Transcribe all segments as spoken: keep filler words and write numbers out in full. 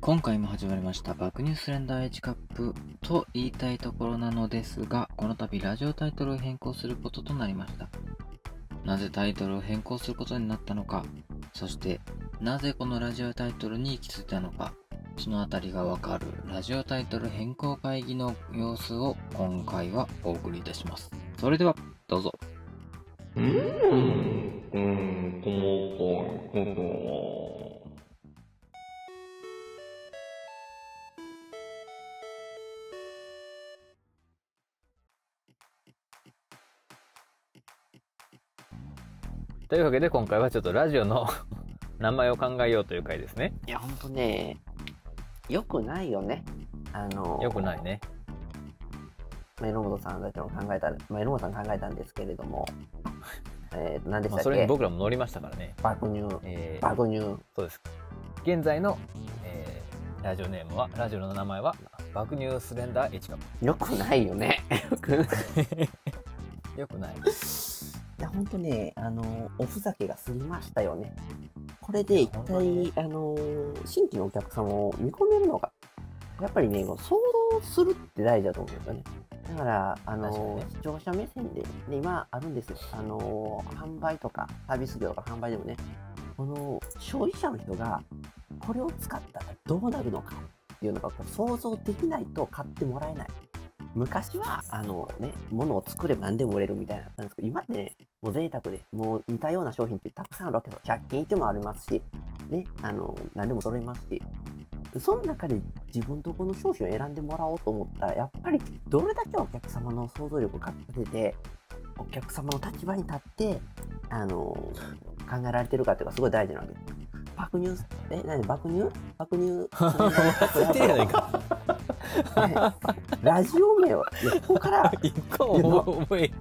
今回も始まりました爆乳スレンダー H カップと言いたいところなのですが、この度ラジオタイトルを変更することとなりました。なぜタイトルを変更することになったのか、そしてなぜこのラジオタイトルに行き着いたのか、そのあたりがわかるラジオタイトル変更会議の様子を今回はお送りいたします。それではどうぞ。 うーん、うーん、この子、 というわけで今回はちょっとラジオの名前を考えようという回ですね。 いや、ほんとね、よくないよね。あの、 よくないね。 まあ、榎本さんたちも考えた、まあ、榎本さん考えたんですけれども、えー、何でしまあ、 たっけ、 それに僕らも乗りましたからね。 爆乳、 えー、 爆乳。 そうです。現在の、えー、ラジオネームは、ラジオの名前は、爆乳スレンダー H カッよくないよね。よくない。 プ。よくない。 いや、ほんとね、あの、おふざけが過ぎましたよね。これで一体、あの、新規のお客様を見込めるのか。やっぱりね、想像するって大事だと思うんですよね。だから、あの、 ね、 視聴者目線で、ね、今あるんですよ。あの、販売とか、サービス業とか販売でもね、この消費者の人が、これを使ったらどうなるのかっていうのがこう想像できないと買ってもらえない。昔は、あのね、物を作れば何でも売れるみたいななんですけど、今ってね、もう贅沢で、もう似たような商品ってたくさんあるわけですよ。ひゃっけん以上もありますし、ね、あの、何でも揃いますし、その中で自分とこの商品を選んでもらおうと思ったら、やっぱりどれだけお客様の想像力をかけて、お客様の立場に立って、あの、考えられてるかっていうのがすごい大事なわけです。爆乳、え、何爆乳爆乳忘れてるやないか。 ね、ラジオ名は、いや、ここから、 一個も覚えへん。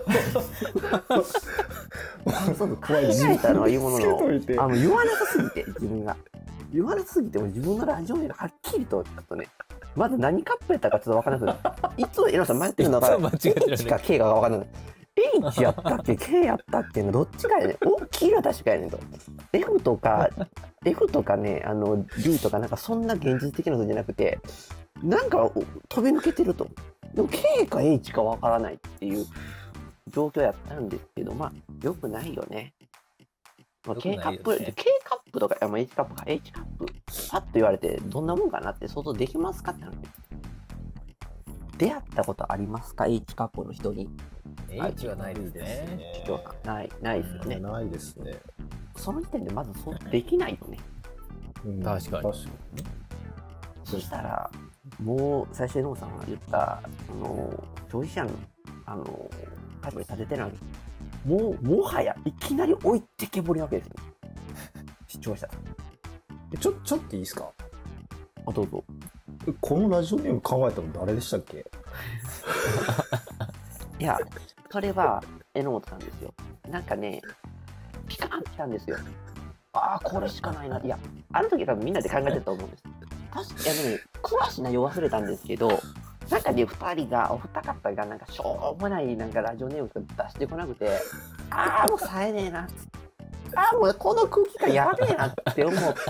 そう考えたのはいうものの、あの言わなさすぎて、自分が。言わなさすぎても自分のラジオ名がはっきりと、ちょっとね、まず何カップやったかちょっとわからなくなる。いつも、エロさん迷ってるのが、H か K かがわからない。H やったっけ K やったっけのどっちかやねん。大きいのは確かやねんと。F とか、F とかね、あの D とかなんかそんな現実的なのじゃなくて、なんか飛び抜けてると。でも K か H かわからないっていう状況やったんですけど、まあ、よくないよね。まあ、K カップ、ね、K カップとか、あ、まあ、H カップか、H カップ、パッと言われて、どんなもんかなって想像できますかって話。出会ったことありますか ?H カップの人に。 H はないですね。 ない、ないですよね。 ないですね。 その時点でまずそうできないよね。 うん、確かに。確かに。 そしたら、もう最初にノーさんが言った、あの、消費者の、あの、立場に立ててない。もう、もはや、いきなり置いてけぼりなわけですよ。視聴者さん。 ちょ、ちょっといいですか？ あ、どうぞ。 このラジオネーム考えたの誰でしたっけ？ いや、それは、榎本さんですよ。なんかね、ピカーンってきたんですよ。ああ、これしかないな。いや、あの時多分みんなで考えてたと思うんです。確かにね、詳しい内容忘れたんですけど、なんかね、二人が、お二方がなんかしょうもないなんかラジオネームしか出してこなくて、ああ、もう冴えねえな。ああ、もうこの空気感やべえなって思って、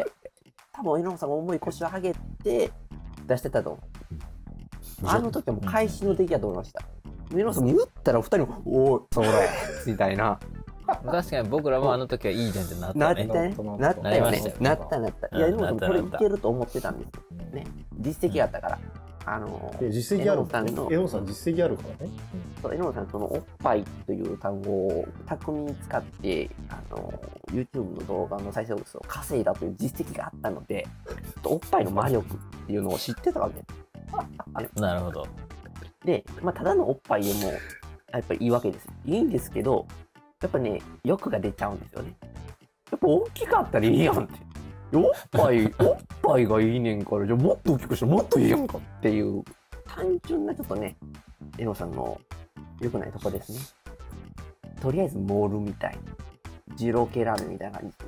多分榎本さんが重い腰を上げて出してたと思う。あの時はもう会心の出来だと思いました。榎本さんも言ったら二人も、おー、それみたいな。 確かに僕らもあの時はいいじゃんってなったね。 なったね。なったよね。なったなった。いや、でもこれいけると思ってたんですよ。ね。実績があったから。あのー、実績あるからね。榎本さん実績あるからね。 そう、榎本さんそのおっぱいという単語を巧みに使って、あの、YouTube の動画の再生数を稼いだという実績があったので、おっぱいの魔力っていうのを知ってたわけです。 なるほど。 で、まあ、ただのおっぱいでも、やっぱりいいわけです。いいんですけど、やっぱね、欲が出ちゃうんですよね。やっぱ大きかったらいいやんって。おっぱい、おっぱいがいいねんから、じゃあもっと大きくしてもっといいやんかっていう、単純なちょっとね、えのさんの良くないとこですね。とりあえずモールみたい。二郎系ラーメンみたいな感じです。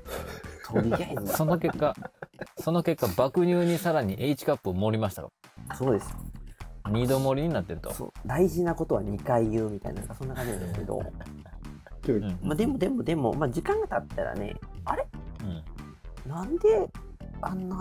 とりあえず。 その結果、その結果、爆乳にさらに H カップを盛りましたか？ そうです。 二度盛りになってると。 そう。大事なことはにかい言うみたいな、そんな感じなんですけど。 うん、 まあ、でもでもでも、まあ、時間が経ったらね、あれ、 うん、 なんであんな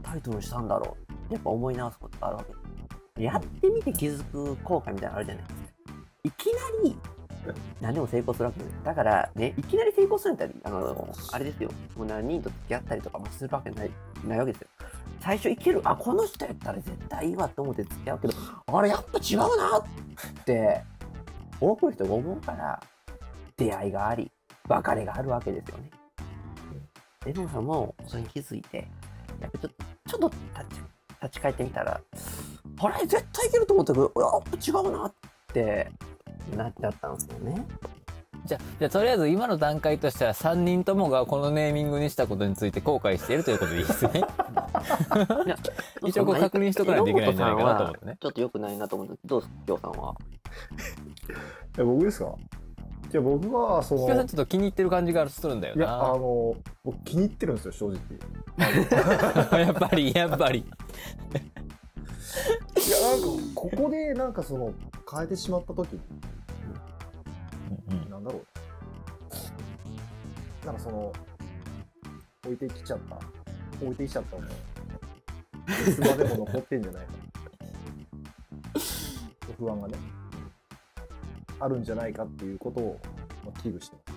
タイトルにしたんだろうやっぱ思い直すことがあるわけ。やってみて気づく効果みたいなのあるじゃないですか。いきなり何でも成功するわけです。だからね、いきなり成功するんだったら、あの、あれですよ。もう何人と付き合ったりとかもするわけない、ないわけですよ。最初いける、あ、この人やったら絶対いいわと思って付き合うけど、あれやっぱ違うなって、多くの人が思うから、出会いがあり、別れがあるわけですよね。エノンさんもそれに気づいて、やっぱちょっと、ちょっと立ち、立ち返ってみたら、あれ絶対いけると思ったけど、やっぱ違うなってなっちゃったんですよね。 じゃあ、じゃあとりあえず今の段階としてはさんにんともがこのネーミングにしたことについて後悔しているということでいいですね。一応こう確認しとかないといけないんじゃないかなと思ってね。 ちょっと良くないなと思って、どうですか、きょうさんは。 え、僕ですか？じゃあ僕はその。 きょうさんちょっと気に入ってる感じがするんだよな。 いや、あの、僕気に入ってるんですよ、正直。 やっぱり、やっぱり。 いや、なんか、ここでなんかその、変えてしまった時に、なんだろう。なんかその、置いてきちゃった。置いてきちゃったもの。いつまでも残ってんじゃないかな。不安がね、あるんじゃないかっていうことを、まあ、危惧してます。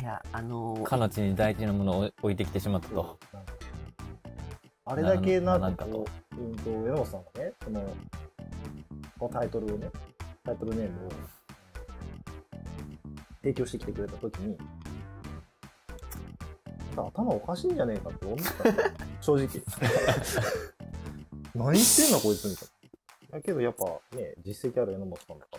いや、あのー、 かの地に大事なものを置いてきてしまったと。 あれだけなんかこう、うんと、榎本さんがね、その、このタイトルをね、タイトルネームを提供してきてくれたときに、頭おかしいんじゃねえかって思ったんですよ、正直。何言ってんのこいつみたいな。だけどやっぱね、実績ある榎本さんだから、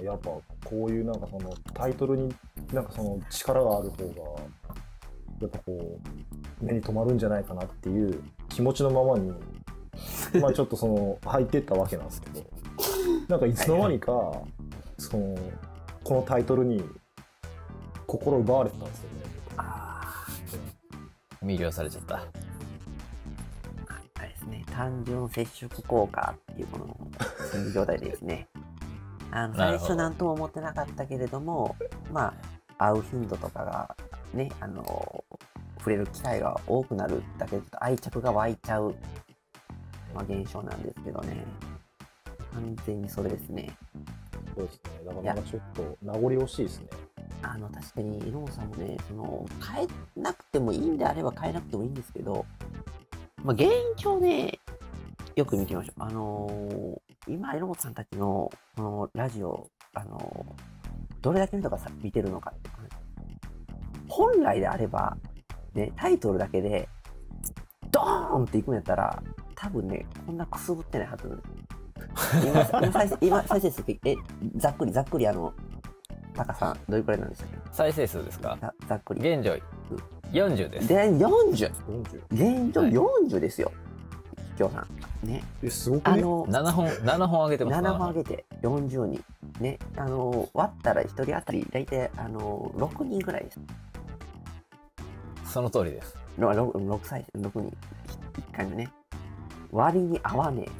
やっぱこういうなんかそのタイトルになんかその力がある方が、やっぱこう、目に留まるんじゃないかなっていう気持ちのままに、まあちょっとその入っていったわけなんですけど、なんかいつの間にか、その、このタイトルに心奪われてたんですよね。 あ魅了されちゃった。 あれですね、単純接触効果っていうこの状態でですね、あの最初なんとも思ってなかったけれども、まあ会う頻度とかがね、あの触れる機会が多くなるだけで愛着が湧いちゃう、まあ、現象なんですけどね、完全にそれですね。 そうですね。だからちょっと名残惜しいですね。 あの確かに榎本さんもね、その変えなくてもいいんであれば変えなくてもいいんですけど、まあ、現状ね、よく見てみましょう。あのー、今榎本さんたちのこのラジオ、あのー、どれだけの人がさ見てるのかって、本来であれば、ね、タイトルだけでドーンっていくんやったら、多分ね、こんなくすぶってないはず。今、今再生、今再生数ってえざっくりざっくりあの。タカさん、どれくらいなんでしたっけ？ 再生数ですか？ ざ, ざっくり。 現状よんじゅうです。 で、よんじゅう。現状はいよんじゅうですよ。きょうさん。ね。 え、すごくね。 あの、 ななほん、ななほん上げてます。 ななほん上げてよんじゅうにん。ね。あの、割ったらひとり当たり大体、あの、ろくにんぐらいです。 その通りです。 ろく, ろくさい、ろくにん。いっかいめね。割に合わね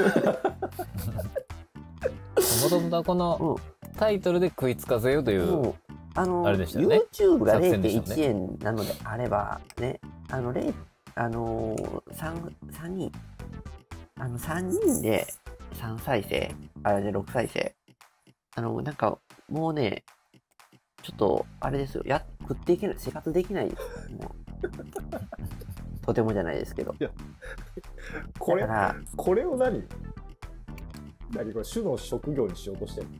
もともとこえ。 のうん。 タイトルで食いつかせようという、 もうあのあれでしたよね。 YouTube が作戦でしたねれいてんいちえんなのであれば、ね、あの、0あのー、3、三人、あの、さんにんでさん再生、あれでろく再生。あの、なんか、もうね、ちょっと、あれですよ、や、食っていけない、生活できないです。もうとてもじゃないですけど。 これだから、 これを何何これ主の職業にしようとしてる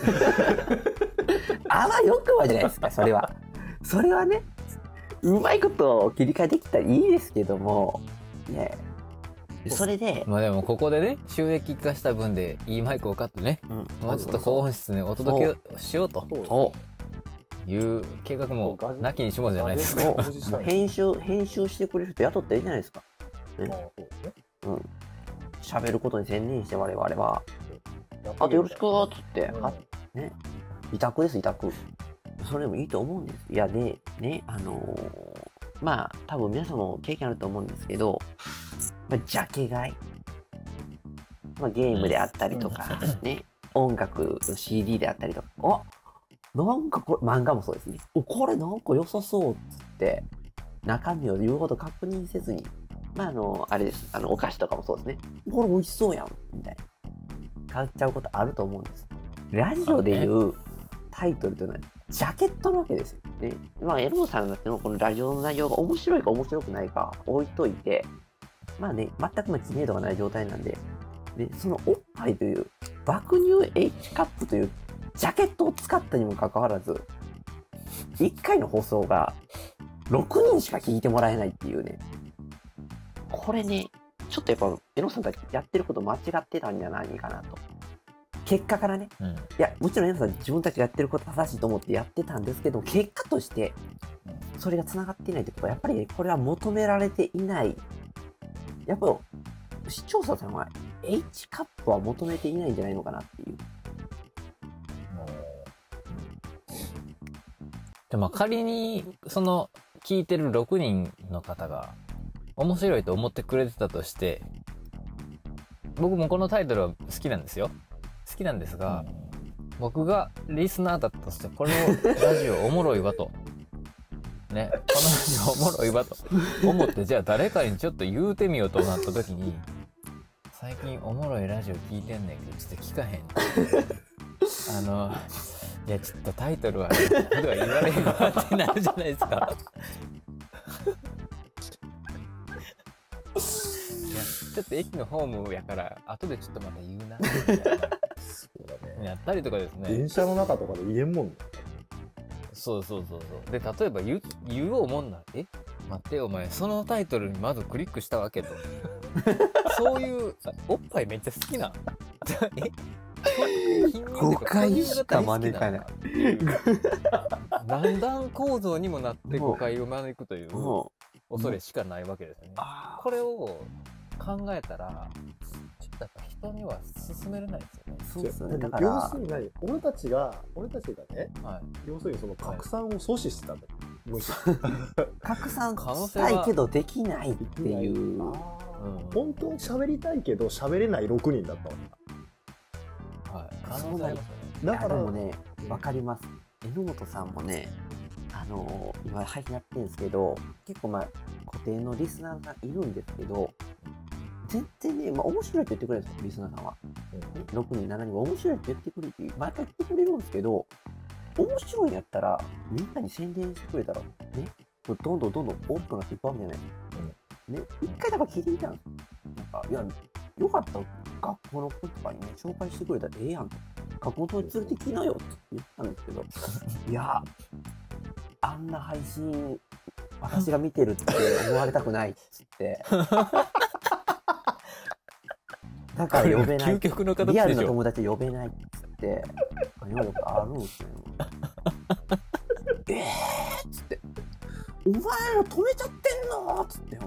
あわよくばじゃないですか、それは。それはね、うまいこと切り替えできたらいいですけども、ね、それで、 まあでもここでね、収益化した分でいいマイクを買ってね、 うん、 もうちょっと高音質にお届けしようとおいう計画もなきにしもじゃないですか。 お編集、編集してくれる人雇っていいじゃないですか。ね、 そうですね。 うん。喋ることに専念して我々は、 ああとよろしくーっつって、 うんはね、委託です、委託。それでもいいと思うんです。いや、で、ね、あのー、まあ、多分皆さんも経験あると思うんですけど、まあ、ジャケ買い。まあ、ゲームであったりとか、ね、音楽、シーディー であったりとか、あ、なんかこれ、漫画もそうですね。お、これなんか良さそうっつって、 中身を言うほど確認せずに、まああの、あれです。あの、お菓子とかもそうですね。これ美味しそうやんみたいな。買っちゃうことあると思うんです。ラジオでいうタイトルというのは、ジャケットなわけですよ。ね。まあ、エロさんのこのラジオの内容が面白いか面白くないか置いといて、まあね、全くの知名度がない状態なんで、で、そのおっぱいという爆乳 H カップというジャケットを使ったにもかかわらず、いっかいの放送がろくにんしか聞いてもらえないっていうね。これね、ちょっとやっぱ、エロさんたちやってること間違ってたんじゃないかなと。結果からね、うん、いや、もちろんエロさん自分たちがやってること正しいと思ってやってたんですけど、結果として、それが繋がっていないってことは、やっぱりこれは求められていない。やっぱ、視聴者さんは H カップは求めていないんじゃないのかなっていう。 でも仮に、その、聞いてるろくにんの方が、面白いと思ってくれてたとして、僕もこのタイトルは好きなんですよ。好きなんですが、僕がリスナーだったとして、このラジオおもろいわと。ね、このラジオおもろいわと思って、じゃあ誰かにちょっと言うてみようとなった時に、最近おもろいラジオ聞いてんねんけど、ちょっと聞かへん。あの、いや、ちょっとタイトルは、ね、とは言われへんわってなるじゃないですか。ちょっと駅のホームやから後でちょっとまた言うなそうだね。やったりとかですね。 電車の中とかで言えんもんね。 そうそうそうそう。で例えば言う言おうもんならえ待ってよお前そのタイトルにまずクリックしたわけと。そういうおっぱいめっちゃ好きな。えごかいしか招かない。 何段構造にもなって誤解を招くという恐れしかないわけですよね。これを考えたらちょっとやっぱ人には勧めれないですよね。 そうですね。だから要するに何俺たちが俺たちがね、はい、要するにその拡散を阻止してたんだよ。むしろ拡散したいけどできないっていう。うん、 本当に喋りたいけど喋れないろくにんだったわけ。はい。可能性ありますよね。 だからでもね、わかります。榎本さんもね。あのー、今配信やってるんですけど結構まあ固定のリスナーがいるんですけど全然ね、まあ、面白いって言ってくれるんですよリスナーさんは、うん、ろくにんしちにんが面白いって言ってくれて毎回言ってくれるんですけど面白いんやったらみんなに宣伝してくれたらねどんどんどんどん大きくなっていくわけじゃないですか、うん、ね一回だから聞いてみたんですよなんかいやよかったら学校の子とかにね紹介してくれたらええやん学校の子に連れてきなよって言ったんですけどいやあんな配信私が見てるって思われたくないっつってだから呼べない究極の形でしょリアルな友達呼べないっつって能力あるんですよえーっつってお前ら止めちゃってんのっつって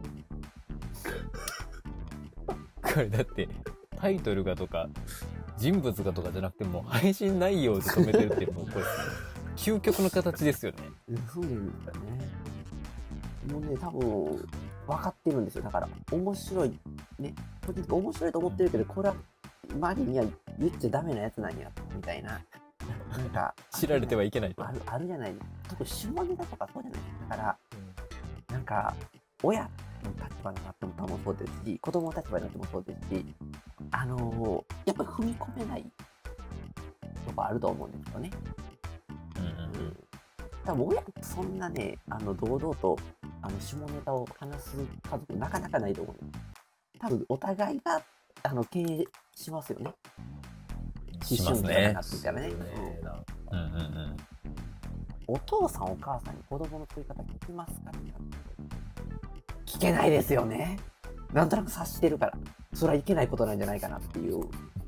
これだってタイトルがとか人物がとかじゃなくても配信内容で止めてるってもうこれ究極の形ですよね。 そうなんですかね。もうね、多分分かってるんですよ。だから面白いね、面白いと思ってるけど、これは周りには言っちゃダメなやつなんやみたいな、なんか知られてはいけないと。 あるあるじゃないですか。特に下ネタとかそうじゃないですか。だから、うん、なんか親の立場になっても多分そうですし、子供の立場になってもそうですし、あのー、やっぱり踏み込めないとこあると思うんですよね。多分親ってそんなね、あの堂々とあの下ネタを話す家族なかなかないと思うんです。多分お互いがあの経営しますよね。 しますね。 なってたらね。うんうんうん。お父さんお母さんに子供の作り方聞きますかって聞けないですよね。なんとなく察してるから、それはいけないことなんじゃないかなっていう。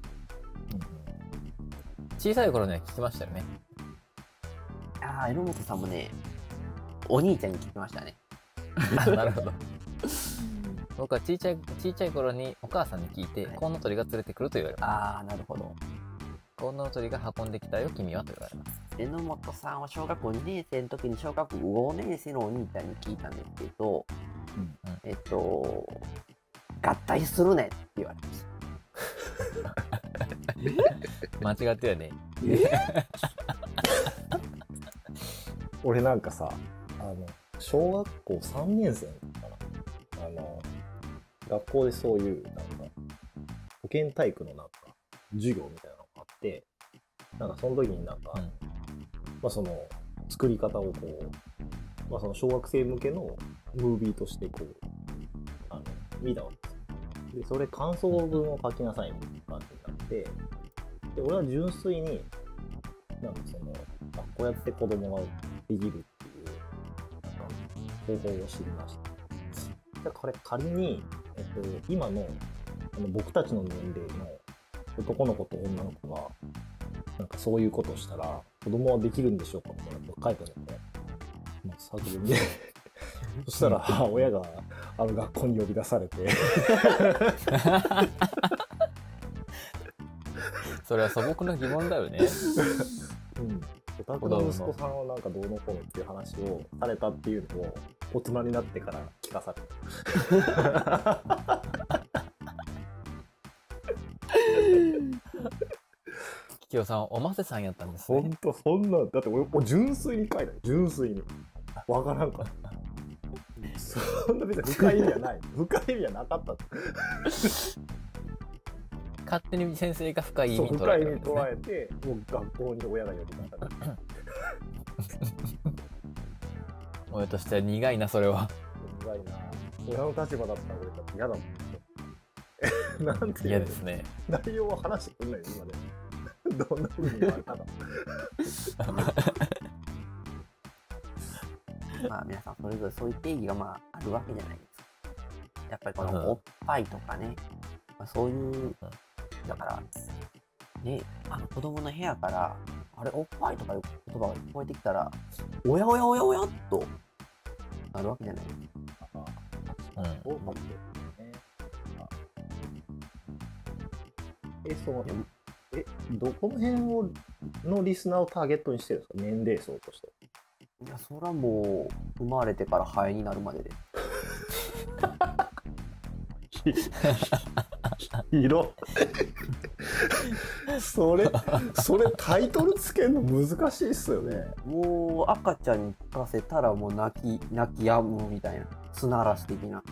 小さい頃には聞きましたよね。 ああ、榎本さんもね、お兄ちゃんに聞きましたね。 なるほど。僕は小さい小さい頃にお母さんに聞いて、はい、コウノトリが連れてくると言われます。 ああ、なるほど。 コウノトリが運んできたよ、君はと言われます。 榎本さんは小学校にねん生の時に小学校ごねん生のお兄ちゃんに聞いたんですけど、うんうん、えっと、合体するねって言われました。間違ってはね。 俺なんかさ、あの小学校さんねん生の時かな、あの学校でそういうなんか保健体育のなんか授業みたいなのがあって、なんかその時になんか、うん、まあその作り方をこう、まあその小学生向けのムービーとしてこうあの見たわけですよ。でそれ感想文を書きなさいみたいな感じになって、で俺は純粋になんかそのあこうやって子供ができるっていうなんか方法を知りました。じゃあこれ仮に、えっと、今の、あの僕たちの年齢の男の子と女の子がなんかそういうことをしたら子供はできるんでしょうかみたいなこと書いてあるんで、まあ、作文でそしたら親があの学校に呼び出されてそれは素朴な疑問だよね。 うん、お宅の息子さんはなんかどうのこうのっていう話をされたっていうのを大人になってから聞かされた。 キヨさんおませさんやったんですね。 ほんとそんなだって俺もう純粋に書いた純粋にわからんかそんな別に深い意味はない深い意味はなかった勝手に先生が深い意味に捉えてるんですね。深い意味捉えてもう学校に親が呼び出された親としては苦いなそれは。 苦いな。親の立場だったら俺だって嫌だもんなんて嫌ですね。 内容は話してくんないよ今でどんな風に言われたかまあ皆さんそれぞれそういう定義がまああるわけじゃないですか。やっぱりこのおっぱいとかね、まあ、そういうだからね、あの子供の部屋からあれおっぱいとかいう言葉が聞こえてきたらおやおやおやおやっとなるわけじゃないですか。 うん、 そうかもしれないね。え、そのえどこの辺をのリスナーをターゲットにしてるんですか、年齢層として。 いやそれはもう生まれてからハエになるまでで色それそれタイトルつけるの難しいっすよね。 もう赤ちゃんに聞かせたらもう泣き泣き止むみたいな砂嵐的な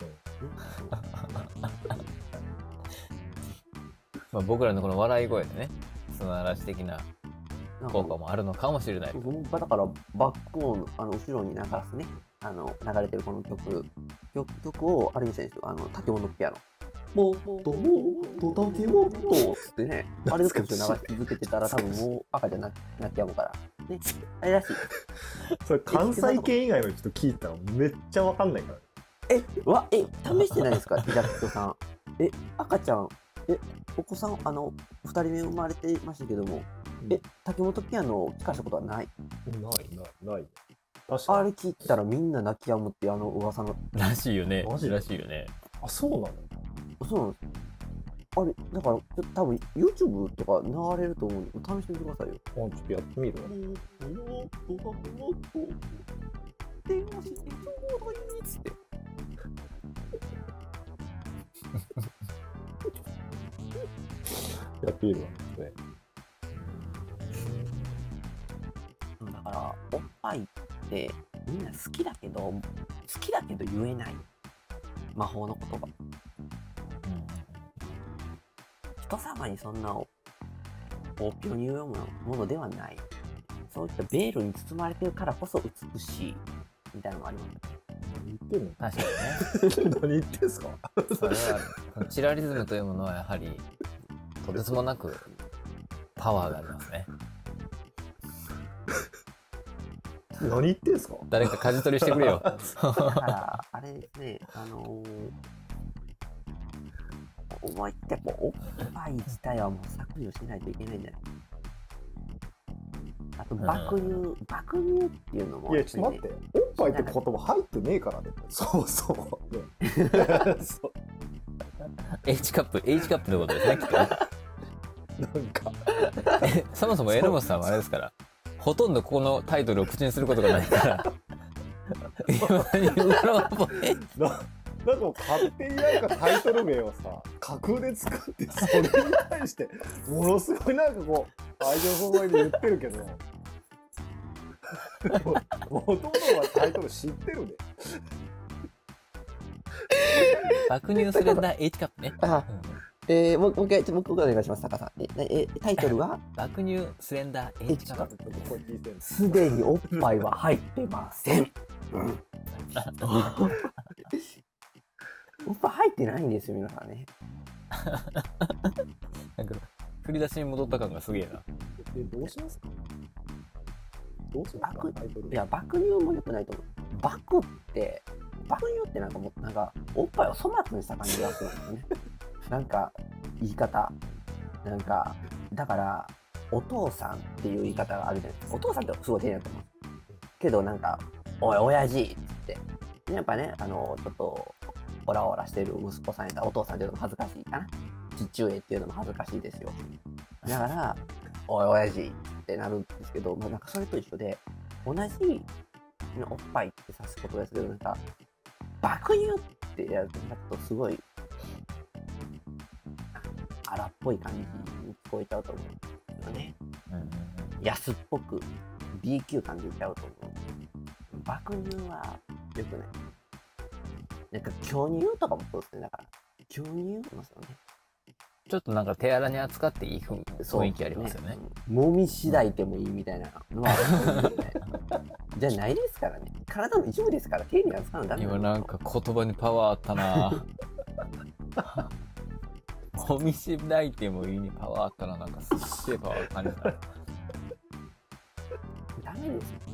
まあ僕らのこの笑い声でね砂嵐的な効果もあるのかもしれない。 だからバック音あの後ろに流すねあの流れてるこの曲曲曲をあれにしたんですよ。あの竹本ピアノもっともっと竹本つってねあれずっと流し続けてたら多分もう赤ちゃん泣き止むからねあれらしい。 それ関西圏以外の人聞いたらめっちゃわかんないから。 えわえ試してないですかジャックさん。え赤ちゃんえお子さんあのふたりめ生まれてましたけども、うん、え竹本ピアノを聞かしたことはない？ ないないない。 確かにあれ聞いたらみんな泣き止むってあの噂のらしいよね。 マジらしいよね。 あそうなの？ そうなんです。あれだからちょっと多分 YouTube とか流れると思うんで試してみてくださいよ。 あちょっとやってみるわ。 電話してちょうどいいっつって。 やってみるわね。 だからおっぱいってみんな好きだけど好きだけど言えない魔法の言葉。人様にそんな大っぴろに言うようなものではない。そういったベールに包まれてるからこそ美しいみたいなのがあります。 何言ってんの？ 確かにね。 何言ってんすか？ それはチラリズムというものはやはりとてつもなくパワーがありますね。 何言ってんすか？ 誰か舵取りしてくれよ。 だからあれですね、あのー、思いってこうおっぱい自体はもう削除しないといけないんじゃない？あと爆乳、うん、爆乳っていうのも、 ね、いやちょっと待っておっぱいって言葉入ってねえからね。そうそう、ね、そう H カップ H カップのことですねきっとね。 なんかそもそも榎本さんはあれですからほとんどこのタイトルを口にすることがないからななんかもう勝手になんかタイトル名をさ架空で作ってそれに対してものすごいなんかこう愛情注いで言ってるけど元々はタイトル知ってるで。 爆乳スレンダー H カップね。 あ、えー、もうもう一回、ちょもう一回お願いします、タカさん。え、えタイトルは爆乳スレンダー H カップ。 すでにおっぱいは入ってません。うん、おっぱい入ってないんですよ、皆さんね。 なんか振り出しに戻った感がすげえな。 え、どうしますか？どうしますか？タイトル。 いや、爆乳も良くないと思う。爆って、爆乳ってなんかもう、なんか、おっぱいを粗末にした感じがするんですよね。なんか、言い方。なんか、だから、お父さんっていう言い方があるじゃないですか。お父さんってすごい丁寧だと思う。けど、なんか、おい、親父って。やっぱね、あの、ちょっと、オラオラしてる息子さんやったらお父さんっていうのも恥ずかしいかな。父上っていうのも恥ずかしいですよ。だから、おい、親父ってなるんですけど、まあ、なんかそれと一緒で、同じおっぱいって指すことですけど、なんか、爆乳ってやると、ちょっとすごい、荒っぽい感じに聞こえちゃうと思うんですよね。 うんうんうん、 安っぽく ビー 級感で言っちゃうと思う。爆乳は良くない。なんか巨乳とかもそうですね。だから巨乳いますよね。 ちょっとなんか手荒に扱っていい雰囲気ありますよね。 もみしだいてもいいみたいなのはあるんですよね。じゃないですからね。体の一部ですから丁寧に扱うのダメなんですよ。 今なんか言葉にパワーあったな。もみしだいてもいいにパワーあったらなんかすっげえパワー感じた。 ダメですよ。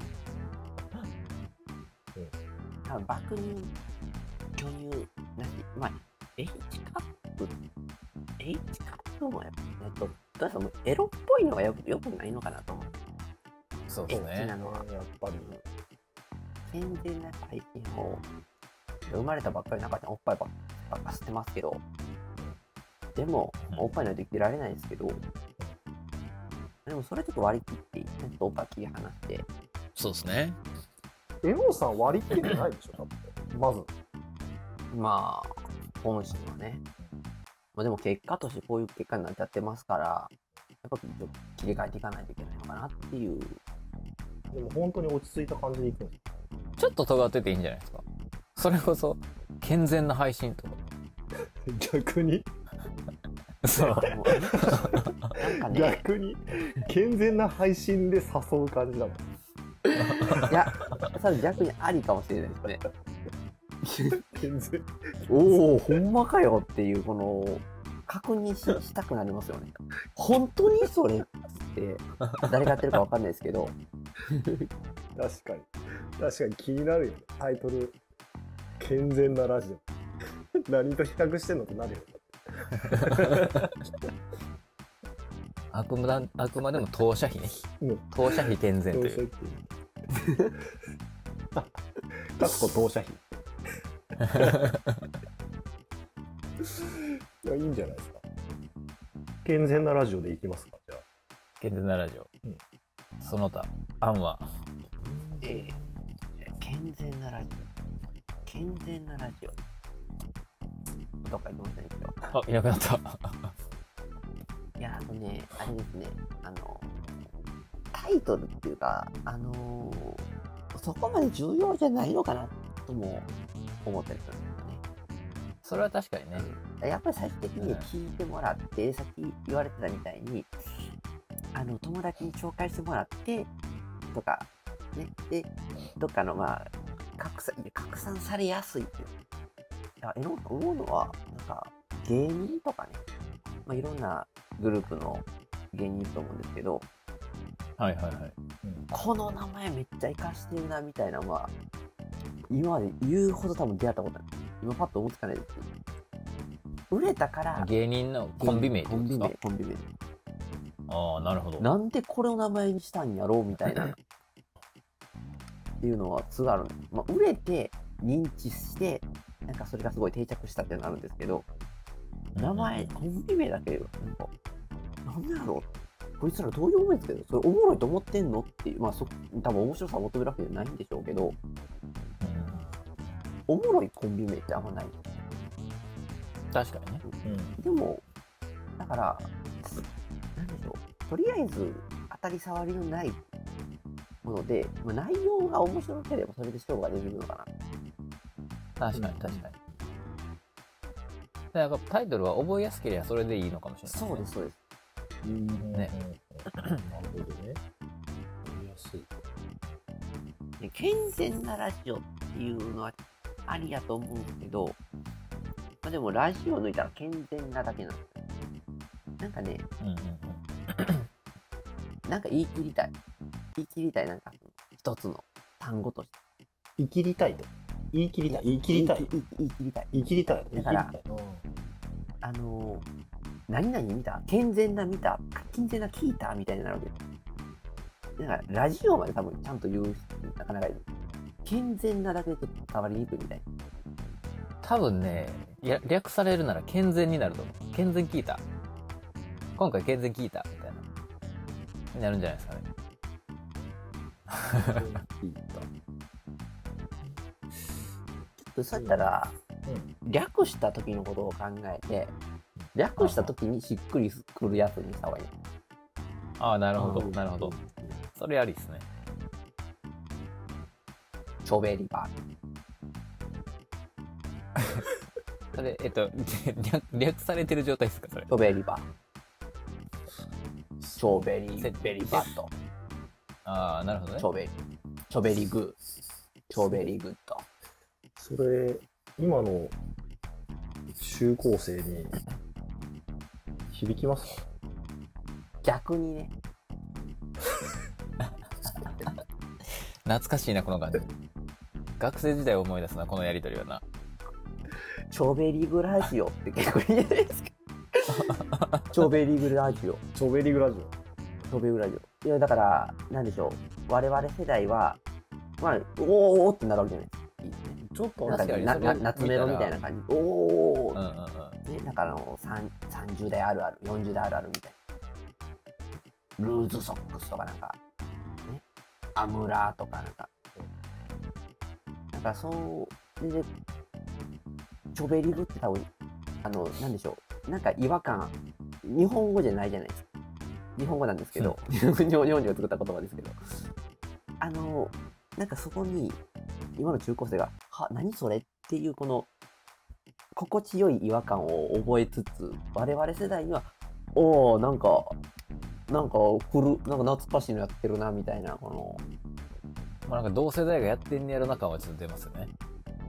多分爆乳、巨乳なし、まあ H カップ、H カップもやっぱえっと、どうですか、もうエロっぽいのがよくよくないのかなと思う。 そうですね。 エッチなのはやっぱり健全な配信を生まれたばっかりの中でおっぱいばっか吸ってますけど、でも、おっぱいないと生きてられないですけど、でもそれちょっと割り切っていい、ちょっとおっぱい切り離して。 そうですね。 エノさん割り切ってないでしょ、多分。まず。 まあ、本心はね。まあ、でも結果としてこういう結果になっちゃってますから、やっぱちょっと切り替えていかないといけないのかなっていう。 でも本当に落ち着いた感じでいくんですか？ ちょっと尖ってていいんじゃないですか。それこそ健全な配信とか。 逆にそう。 なんかね、 逆に健全な配信で誘う感じだもん。 いや、それ逆にありかもしれないですね。 健全。 おお、ほんまかよっていうこの確認 し, したくなりますよね。本当にそれって誰がやってるかわかんないですけど。 確かに確かに気になるよね。タイトル健全なラジオ。何と比較してんのってなるよ。 あくまであくまでも当社費ね。うん、当社費健全という。 かつこ当社費。いや、いいんじゃないですか。健全なラジオでいきますか、じゃあ。 健全なラジオ。うん、その他案は、 えー、健全なラジオ。健全なラジオ。どっか行きましたね、今日。 あ、いなくなった。 いや、あのね、あれですね、あの、タイトルっていうか、あのー、そこまで重要じゃないのかなとも思ったりするんですよね。 それは確かにね。 やっぱり最終的に聞いてもらって、さっき言われてたみたいに、あの、友達に紹介してもらって、とか、ね、で、どっかの、まあ、拡散、拡散されやすいっていう。いや、えの思うのは、なんか、芸人とかね、まあ、いろんなグループの芸人いると思うんですけど、 はいはいはい。 うん、この名前めっちゃ活かしてるなみたいなのは、今まで言うほど多分出会ったことない。今パッと思いつかないですし、売れたから。 芸人のコンビ名ってことですか？ コンビ名、コンビ名。 ああ、なるほど。 なんでこれを名前にしたんやろうみたいな。っていうのはすごいあるんです。まあ、売れて認知して、なんかそれがすごい定着したっていうのがあるんですけど、名前、コンビ名だけで、なんか、なんでやろう、こいつらどういう思いですけど、それおもろいと思ってんのっていう、まあそ、多分面白さを求めるわけじゃないんでしょうけど、おもろいコンビ名ってあんまない。 確かにね。 うん、でも、だから、なんでしょう、とりあえず当たり障りのないもので、まあ、内容が面白ければそれで勝負ができるのかな。 確かに確かに。だからタイトルは覚えやすければそれでいいのかもしれない、 そうですそうです。 うんね。 なるほどね。やりやすい。 で健全なラジオっていうのはありやと思うんですけど、まあ、でもラジオ抜いたら健全なだけなんですよ。なんかね、 うんうんうん。 なんか言い切りたい。言い切りたい、なんか一つの単語として。 言い切りたいと。言い切りたい。言い切りたい。 言い言い切りたい。 言い切りたい。 だから言い切りたいあのー、何々見た健全な見た健全な聞いたみたいになるわけです。だからラジオまで多分ちゃんと言う人なかなかいる。健全なだけでちょっと伝わりにくいみたいな。 多分ね、や略されるなら健全になると思う。健全聞いた。今回健全聞いたみたいな。になるんじゃないですかね。 聞いた。 そうやったら、 うん。 略した時のことを考えて、略した時にしっくりくるやつにした方がいい。 ああ、なるほど、 うんなるほど。それありですね。 チョベリバ。 それ、えっと、略、略されてる状態ですか、それチ。ョベリバ。チョベリベリバット。 ああ、なるほどねチ。ョベリ。チョベリグー。チョベリグッド。 それ、今の中高生に響きますか？ 逆にね。 懐かしいな、この感じ。学生時代を思い出すな、このやりとりはな。 チョベリグラジオって結構いいじゃないですか。チョベリグラジオ。 チョベリグラジチョベリグラジオ。いや、だから、なんでしょう。我々世代は、まあ、おーおーってなるわけじゃないですか。いいですね。 オ。ちょっとなんかな確かにそれな夏メロみたいな感じ。おーおーうんうんうん。 ね、だからあのさんさんじゅう代あるある、よんじゅう代あるあるみたいな。ルーズソックスとかなんか、ね、アムラーとかなんか、なんかそう、で、でチョベリグって多分、あの、なんでしょう、なんか違和感、日本語じゃないじゃないですか。日本語なんですけど、日本人が作った言葉ですけど、あの、なんかそこに、今の中高生が、は、何それっていうこの、心地よい違和感を覚えつつ、我々世代には、おー、なんか、なんか、古、なんか懐かしいのやってるな、みたいな、この、 まあなんか同世代がやってんねやろな感はちょっと出ますよね。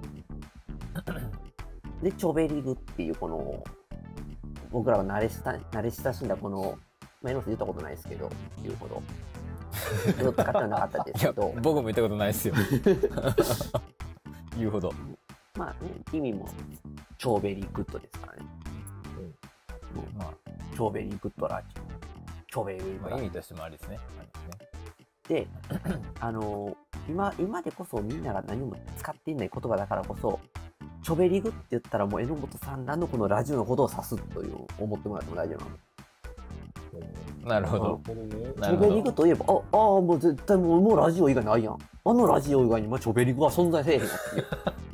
で、チョベリグっていうこの、僕らが慣れした、慣れ親しんだこの、まあ、江野さん言ったことないですけど、言うほど。ずっと使ってはなかったですいやけど、 僕も言ったことないですよ。言うほど。 まあね、意味も、チョベリグッドですからね。うん。 まあ、 チョベリグッドラジオ。チョベリグまあ、 ッドラジ意味としてもありですね。ありですね。 オ。で、あのー今、今でこそみんなが何も使っていない言葉だからこそ、チョベリグって言ったらもう榎本さんらのこのラジオのことを指すという思ってもらっても大丈夫なの。 なるほど。 なるほどね。 チなるほどョベリグといえば、あ、ああ、もう絶対もうもうラジオ以外ないやん。あのラジオ以外にまあチョベリグは存在せえへんやっていう。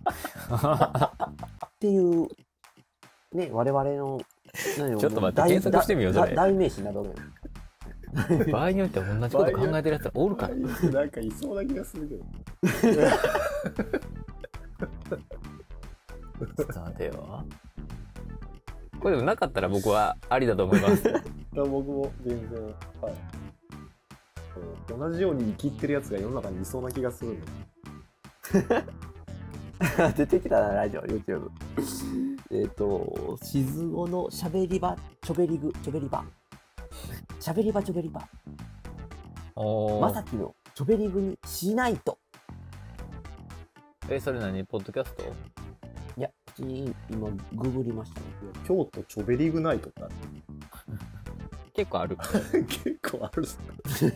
っていう、ね、我々の、何ちょっと待って検索してみようそれ代名詞になるわけよ。 場合によっては同じこと考えてるやつらおるから。 なんかいそうな気がするけど。 ちょっと待てよ。これでもなかったら僕はありだと思います。 いや僕も全然、はい。うん同じように生きってるやつが世の中にいそうな気がするの。 出てきたな、ラジオ、YouTube。えっと、静雄のしゃべり場、チョベリグ、チョベリバ。しゃべり場、チョベリバ。 おー。 まさきのチョベリグにしないと。 え、それ何ポッドキャスト？ いや、今、ググりましたね。 京都チョベリグナイトってある。 結構ある。 結構あるっす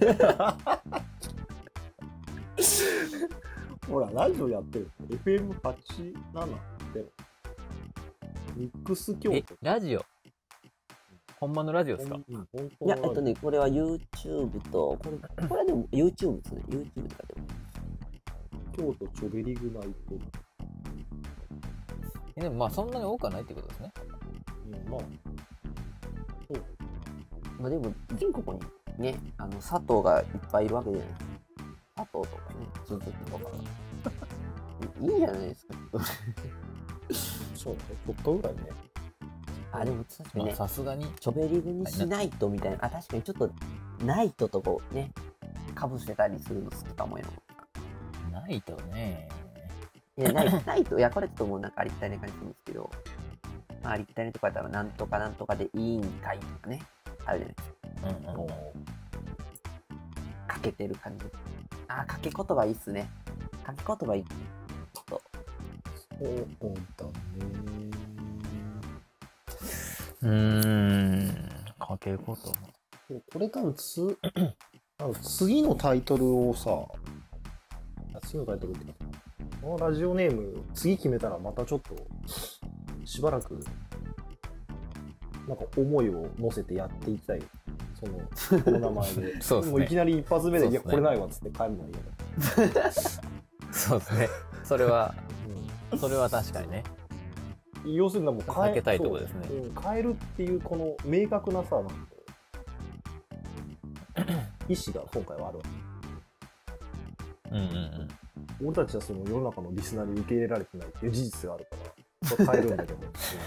ほら、ラジオやってる。エフエムはちじゅうなな って。ミックス京え都。、 ラジオほんまのラジオですか？ うん本当いや、 のえっとね、これは YouTube と、これ、これはでも YouTube ですね。YouTube って書いてある。 京都チョベリグナイト。 えでもまあそんなに多くはないってことですね。 うん、まあ、 まあでも、全国にね、あの、佐藤がいっぱいいるわけじゃないですか。 佐藤とかね、鈴木とか。いいんじゃないですか。 そうね、ちょっとぐらいね。 あ、でも確かにね、 さすがにチョベリグにしないとみたいな、あ、確かにちょっとナイトとこうね、かぶせたりするの好きかもよ。 ないとね。 いや、ナイナイト、いや、これちょっともうなんかありきたりな感じするんですけど、まあ、ありきたりとかやったら、なんとかなんとかでいいんかいとかね、あるじゃないですか。 うんうん。 かけてる感じ。あ、かけ言葉いいっすね。かけ言葉いい。ちょっと。 そうだね。 うーん。かけ言葉。 これ多分つ多分次のタイトルをさ、あ次のタイトルってか、このラジオネーム、次決めたらまたちょっと、しばらく、なんか思いを乗せてやっていきたい。その、この名前で。 そうですねもういきなり一発目で、 そうですねいや、これないわっつって帰るのはいいよね。 そうですね。それは、それは確かにね。 要するにもう変え避けたいとこですねそううん変えるっていうこの明確なさ、なんか意思が今回はあるわけ。 うんうんうん。 俺たちはその世の中のリスナーに受け入れられてないっていう事実があるからそれ変えるんだけど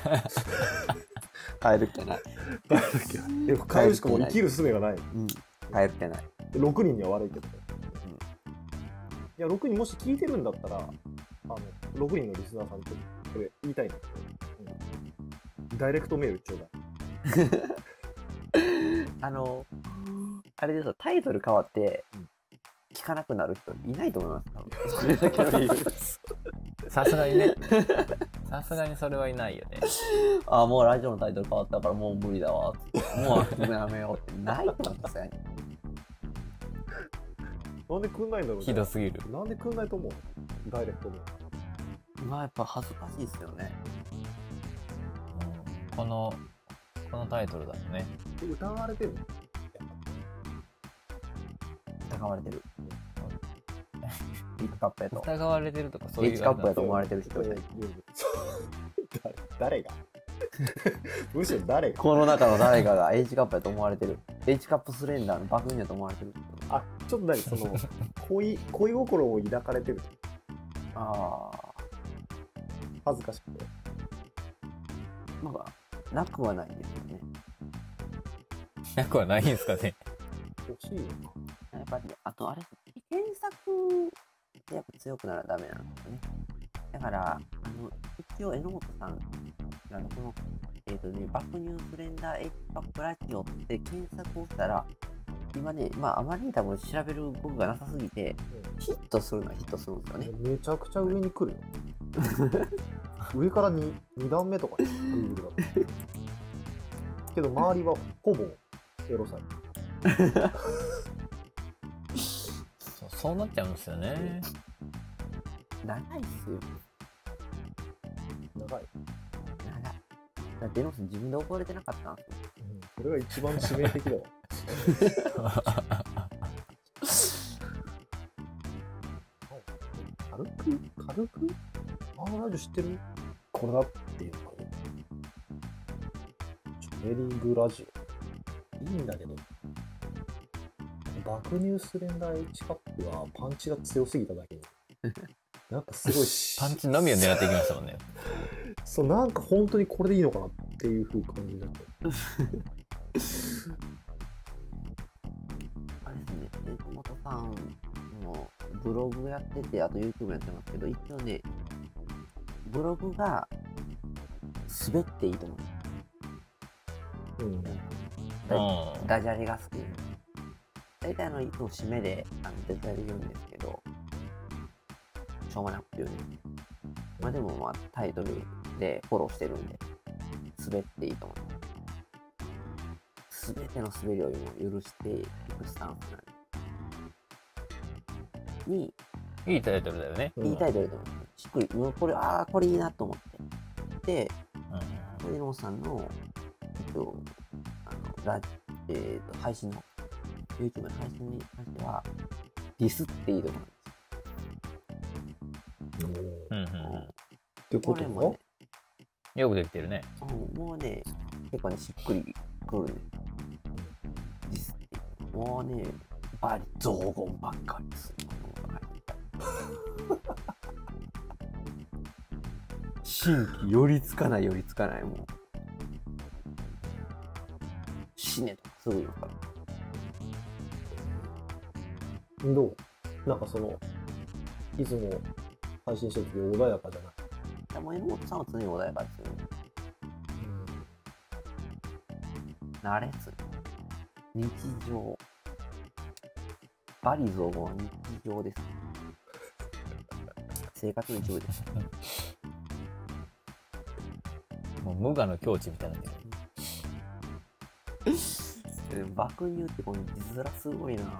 変えるっけない。 変えるっけないでも変えるしかもう生きる術がない。 うん。変えるっけない。 ろくにんには悪いけどね、いやろくにんもし聞いてるんだったらあのろくにんのリスナーさんとこれ言いたいんだけど、うん、ダイレクトメールちょうだい。 あの、あれですよ、タイトル変わって、聞かなくなる人いないと思います。多分それだけの理由。 さすがにね。さすがにそれはいないよね。 あ、もうラジオのタイトル変わったからもう無理だわ。もうあっやめようってないと思うんですよね。 なんでくんないんだろうね。 ひどすぎる。 なんでくんないと思うダイレクトで。 まあやっぱ恥ずかしいですよね。 うん、この、このタイトルだとね。 疑われてる疑われてる。ビッグカップやと。 疑われてるとかそういう。 H カップやと思われてる人いない。 誰誰がむしろ誰がこの中の誰かが H カップやと思われてる。H カップスレンダーの爆乳やと思われてる。 あ、ちょっと何その恋恋心を抱かれてる。 ああ。 恥ずかしくて。 なんか、なくはないですよね。 なくはないんですかね。 欲しいのか。 やっぱり、あとあれ、検索でやっぱ強くならダメなんですよね。だから、あの、一応、榎本さんがの、この、えっとね、爆乳スレンダー H カップラジオって検索をしたら、今ね、まあ、あまりに多分調べる僕がなさすぎて、うん、ヒットするのはヒットするんですよね。 めちゃくちゃ上に来るよ。上から 2, 2段目とかね、Google だと。けど、周りはほぼエロサイト。 そう、そうなっちゃうんですよね。 長いっすよ。 長い。 長い。だってエノス自分で覚えれてなかったんですよ。 うん、これが一番致命的だわ。軽く軽くあのラジオ知ってるこれだっていうのがね。チョベリングラジオ。いいんだけど。爆乳スレンダー H カップはパンチが強すぎただけに。なんかすごいパンチのみを狙っていきましたもんね。 そう、なんか本当にこれでいいのかなっていう風感じになって。 あれですね、榎本さんもブログやってて、あと YouTube やってますけど、一応ね、ブログが滑っていいと思う。うん。ダジャレが好きで。大体あの、いつも締めであのデザイン言うんですけど、しょうもなく言うね。まあでもまあタイトルでフォローしてるんで、滑っていいと思う。すべての滑りを許していくスタンスなんで。に、 いいタイトルだよね。 いいタイトルだと思う。しっくり、もうこれ、ああ、これいいなと思って。で、これ、ノーさんの、えっと、あの、ラえー、と配信の、YouTube の配信に関しては、ディスっていいと思うんです。 うんうんうん。 ってことは、ね、 よくできてるね。 もうね、結構ね、しっくりくるね。ディスって。もうね、バリ、雑言ばっかりです。 新規寄りつかない寄りつかないもう死ねとかすぐ言うからどうなんかそのいつも配信してる時穏やかじゃない？ いやもう榎本さんは常に穏やかですよね。慣れつ日常バリ雑言は日常です。生活の一部です。 もう無我の境地みたいになってる。 爆乳ってこの字面すごいな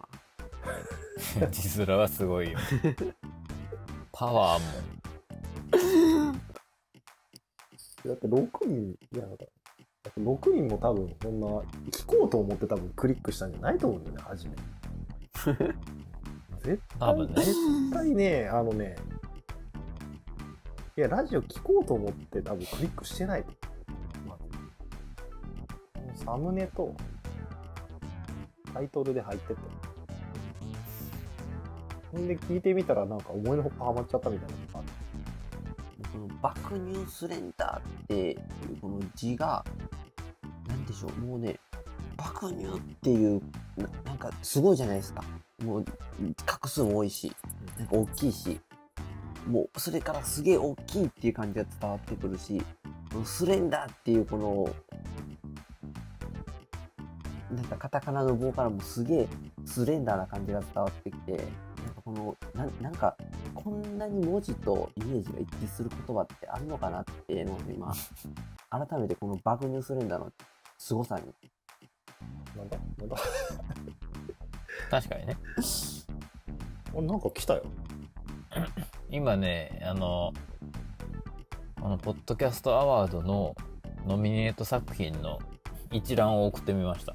字面はすごいよ。パワーも。 だってろくにん、いや、だってろくにんも多分、そんな、聞こうと思って多分クリックしたんじゃないと思うんだよね、初め。絶対、 多分ね。 絶対ね、あのね、いや、ラジオ聞こうと思って多分クリックしてないと。まずサムネとタイトルで入ってて。ほんで聞いてみたらなんか思いのほかハマっちゃったみたいなのがある。 この爆乳スレンダーっていうこの字がなんでしょう、もうね爆乳っていうな、なんかすごいじゃないですか。もう画数も多いしなんか大きいし、もうそれからすげえ大きいっていう感じが伝わってくるし、スレンダーっていうこのなんかカタカナの棒からもすげえスレンダーな感じが伝わってきて、なんかこのななんかこんなに文字とイメージが一致する言葉ってあるのかなっていうのを今改めてこの爆乳スレンダーの凄さに。 なんだなんだ確かにね。 あ、なんか来たよ。 今ね、あの、あの、ポッドキャストアワードのノミネート作品の一覧を送ってみました。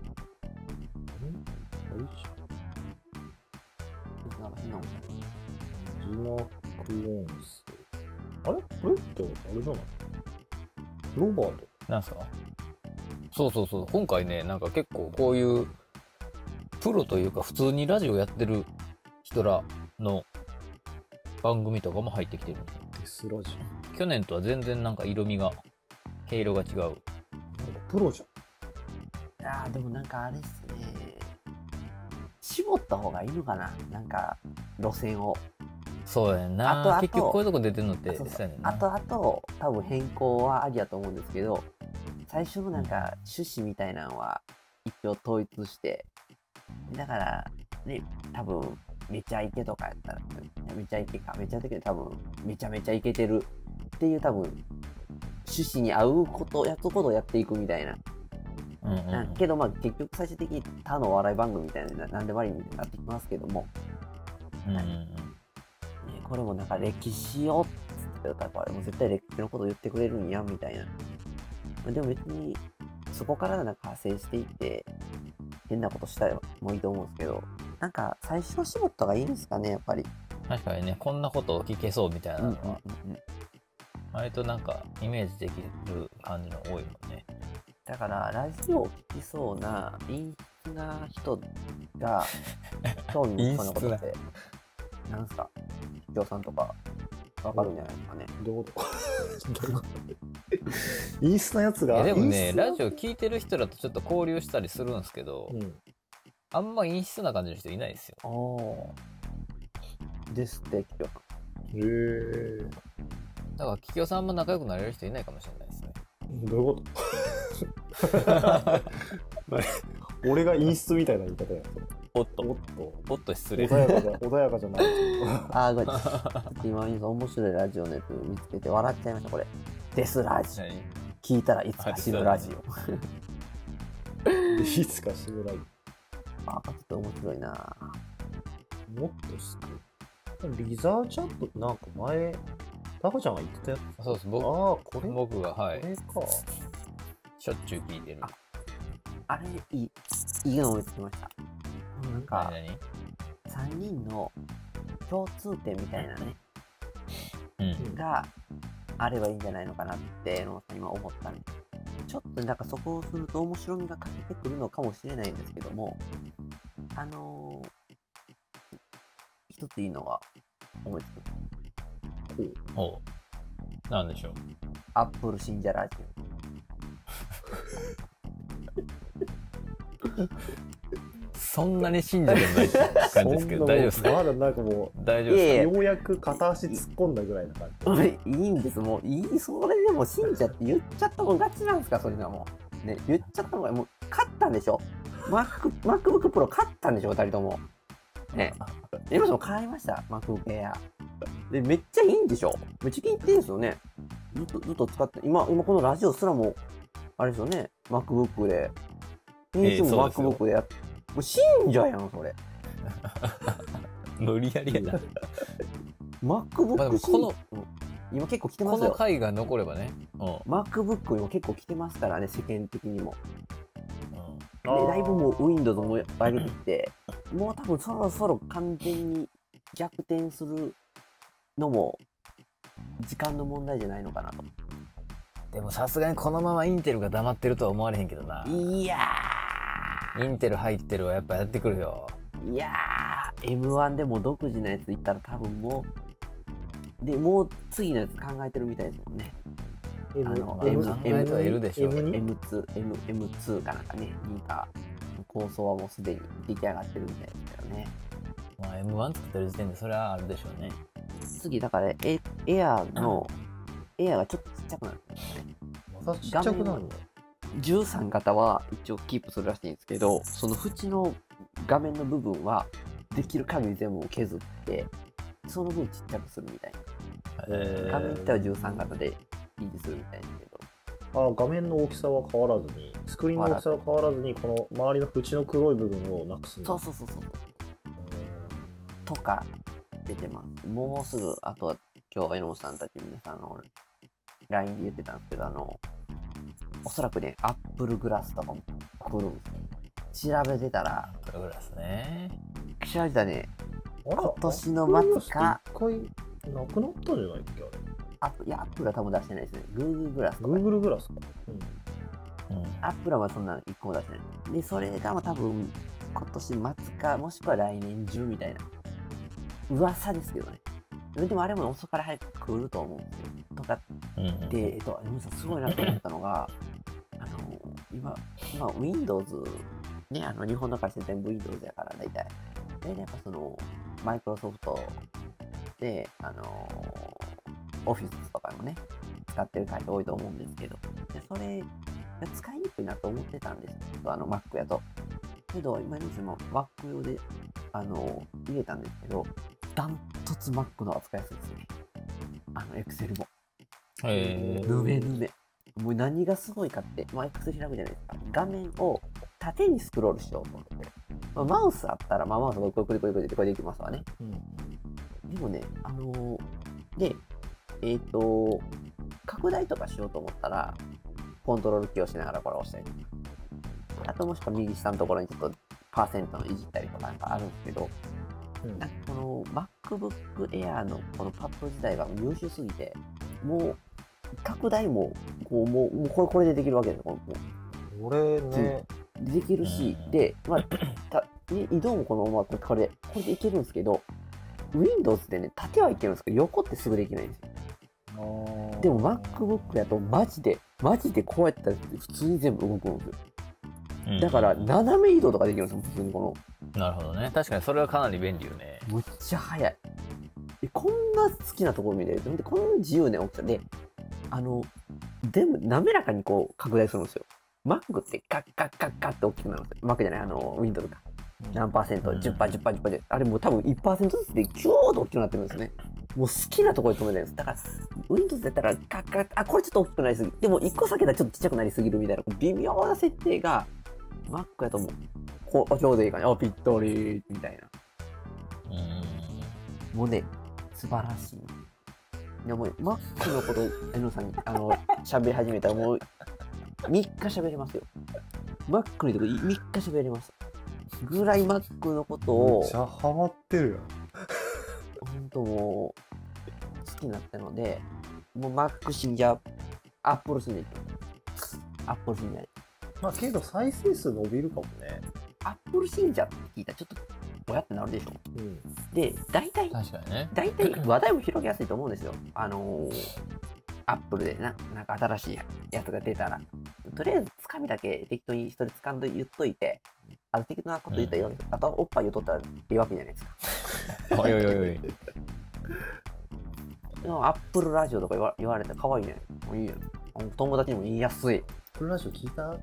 なんか変なもん字幕音声。あれこれってあれじゃない？ロバート。 なんすか？そうそうそう。今回ね、なんか結構こういうプロというか普通にラジオやってる人らの番組とかも入ってきてるんですよ。 デスラジオ。 去年とは全然なんか色味が、毛色が違う。 なんかプロじゃん。 いやーでもなんかあれっすね、絞った方がいいのかな、なんか路線を。 そうやんな。 あとあと結局こういうとこ出てるのってそうそうそうやねんな。 あとあと多分変更はありやと思うんですけど、最初のなんか趣旨みたいなのは一応統一して、だからね、多分めちゃイケとかやったらめちゃイケかめちゃイケで多分めちゃめちゃイケてるっていう多分趣旨に合うことやつことをやっていくみたいな。 うんうんうん、 けどまあ結局最終的に他のお笑い番組みたいな何でもありになってきますけども、 うんうんうん、 ね、これもなんか歴史をっつってたからもう絶対歴史のこと言ってくれるんやみたいな。でも別にそこからなんか派生していって変なことしたらもういいと思うんですけど、なんか最初の絞った方がいいんですかねやっぱり。 確かにね、こんなことを聞けそうみたいなのは、 うんうんうん、 割となんかイメージできる感じの多いもんね。 だからラジオを聞きそうな陰湿な人が興味持つことってなんすか？企業さんとかわかるんじゃないですかね。 どういうことインスタなやつが。 でもね、ラジオ聞いてる人だとちょっと交流したりするんですけど、うん、あんま陰湿な感じの人いないですよ。 ああ。ですって、企業さん。 へえ。 だから企業さんも仲良くなれる人いないかもしれないですね。 どういうこと俺が陰湿みたいな言い方や。 おっと、 おっと、 おっと失礼。 穏やかじゃ、穏やかじゃない。 ああ、ごめんなさい。今、面白いラジオネット見つけて笑っちゃいました、これ。デスラジ。聞いたらいつか死ぬラジオ。いつか死ぬラジオ。ああ、ちょっと面白いな。 もっとすく。リザーチャットってなんか前、タカちゃんが言ってたやつ。 そうです、僕、あこれ僕が、はい。 これか。 しょっちゅう聞いてる。 あ、あれ、いい、いいの思いつきました。なんか、さんにんの共通点みたいなね、うん、があればいいんじゃないのかなっての今思ったんで、ちょっとなんかそこをすると面白みが欠けてくるのかもしれないんですけども、あのー、一ついいのが思いつく。 ほう。 なんでしょう。 アップル信者ラジそんなに信者でもないって感じですけど、大丈夫ですか？ まだなんかもう、 大丈夫ですか？ いやいやようやく片足突っ込んだぐらいな感じ。 オ。いいんです、もういい、それでも信者って言っちゃったもん勝ちなんですか、それがもう。ね、言っちゃったもんが、もう勝ったんでしょ。Mac MacBook Pro 勝ったんでしょ、ふたりとも。ね。エロさんも買いました、MacBook Air。で、めっちゃいいんでしょ。めっちゃ気に入ってるんですよね。ずっと、ずっと使って、今、今このラジオすらも、あれですよね、MacBook で。いつも MacBook でやって、もう信者やん、それ。 無理やりやな。まあで MacBook もこの今結構来てまこすよ。 の回が残ればね。うん。 MacBook 今結構来てますからね、世間的にも。で、 あーだいぶもう Windows も上げてきて、もう多分そろそろ完全に逆転するのも時間の問題じゃないのかなと。 でもさすがにこのままインテルが黙ってるとは思われへんけどな。 いやインテル入ってるはやっぱやってくるよ。 ー、いやー、エムワン でも独自のやついったら多分もう、で、もう次のやつ考えてるみたいですもんね。あの M- 考えてはいるでしょう。 M にエムツー、M、エムツー かなんかね、にが構想はもうすでに出来上がってるみたいですけどね。 まあ エムワン 作ってる時点でそれはあるでしょうね。 次、だからエ、エアの、エアがちょっとちっちゃくなるんですね。 またちっちゃくなるの？ じゅうさん型は一応キープするらしいんですけど、その縁の画面の部分はできる限り全部削って、その分ちっちゃくするみたいな。 え画面自体はじゅうさん型で維持するみたいですけど。 あ、画面の大きさは変わらずに、スクリーンの大きさは変わらずに、この周りの縁の黒い部分をなくすの。 そうそうそうそう。とか出てます。もうすぐ、あとは今日、榎本さんたち皆さんの ライン で言ってたんですけど、あの、おそらくね、Apple Glass とかも来るんですよ。調べてたら、 プログラスね。 調べてたらね、 あら、 今年の末か一回なくなったんじゃないっけあれ。 アップいや、Apple は多分出してないですね。Google グラスとか。 Google グラスか。うん。 うん。 Apple はそんな一個も出してない。で、それがまあ多分今年末か、もしくは来年中みたいな噂ですけどね。でもあれも遅から早く来ると思うんですよ。とかうんうん、 で、えっと、皆さんすごいなと思ったのが、あの、今、今 Windows、ね、あの日本の会社全部 Windows やから大体。大体やっぱその、マイクロソフトで、あの、Office とかもね、使ってる会社多いと思うんですけど、でそれが使いにくいなと思ってたんですけど、あの Mac やと。けど、今にも Mac 用で、あの、入れたんですけど、ダントツ Mac の扱いやすいですね。あの、Excel も。 へーぬめぬめ。もう何がすごいかって、まあ、Excel 開くじゃないですか。画面を縦にスクロールしようと思って。まあ、マウスあったら、まあ、マウスがこれこれこれこれってこれできますわね。でもね、あのー、で、えっ、ー、と、拡大とかしようと思ったら、コントロールキーをしながらこれを押したりとか。あともしくは右下のところにちょっとパーセントのいじったりとかなんかあるんですけど、 うんなんかこの MacBook Air のこのパッド自体が優秀すぎて、もう拡大もこうもうもうこれこれでできるわけですよ。もう俺ね、 できるし、で、まあ、た移動もこのままこれこれでいけるんですけど、Windows でね縦はいけるんですけど横ってすぐできないんですよ。でも MacBook やとマジでマジでこうやったら普通に全部動くんですよ。だから斜め移動とかできるんですよ、普通にこの。 なるほどね。確かにそれはかなり便利よね。 むっちゃ速い。えこんな好きなところ見れる。でこんな自由な大きさで、あの、全部滑らかにこう拡大するんですよ。Mac ってガッガッガッガッって大きくなるんですよ。Mac じゃない、あの、Windows か。何パーセント、じゅっパーセント、じゅっパーセント、じゅっパーセントで。あれもう多分いちパーセントずつでキューッと大きくなってるんですね。もう好きなところで止めてるんです。だから、Windows だったらガッガッ、あ、これちょっと大きくなりすぎ。でもいっこ避けたらちょっとちっちゃくなりすぎるみたいな、微妙な設定が、Mac やともう、こう、ちょうどいいかな。あ、ぴったりみたいな。 うん。 もうね、素晴らしい。いやもう、Mac のこと、えのさんに、あの、喋り始めたらもう、みっか喋れますよ。Mac にとかみっか喋れます。ぐらい Mac のことを、 めっちゃハマってるやん。 本当もう、好きになったので、もう Mac 信者、Apple 信者行きます。Apple 信者で。 まあけど再生数伸びるかもね。 Apple 信者って聞いたらちょっと、ぼやってなるでしょ。 うん。 で、大体、 確かにね。 大体話題も広げやすいと思うんですよ。あのー、 アップルでな、なんか新しいやつが出たら、とりあえずつかみだけ適当に一人つかんで言っといて、あの適当なこと言ったらいいわけです。あとおっぱい言っとったらいいわけじゃないですか。 おいおいおいおい。 でもアップルラジオとか言わ言われて可愛いね。もういいよ。友達にも言いやすい。 これラジオ聞いた？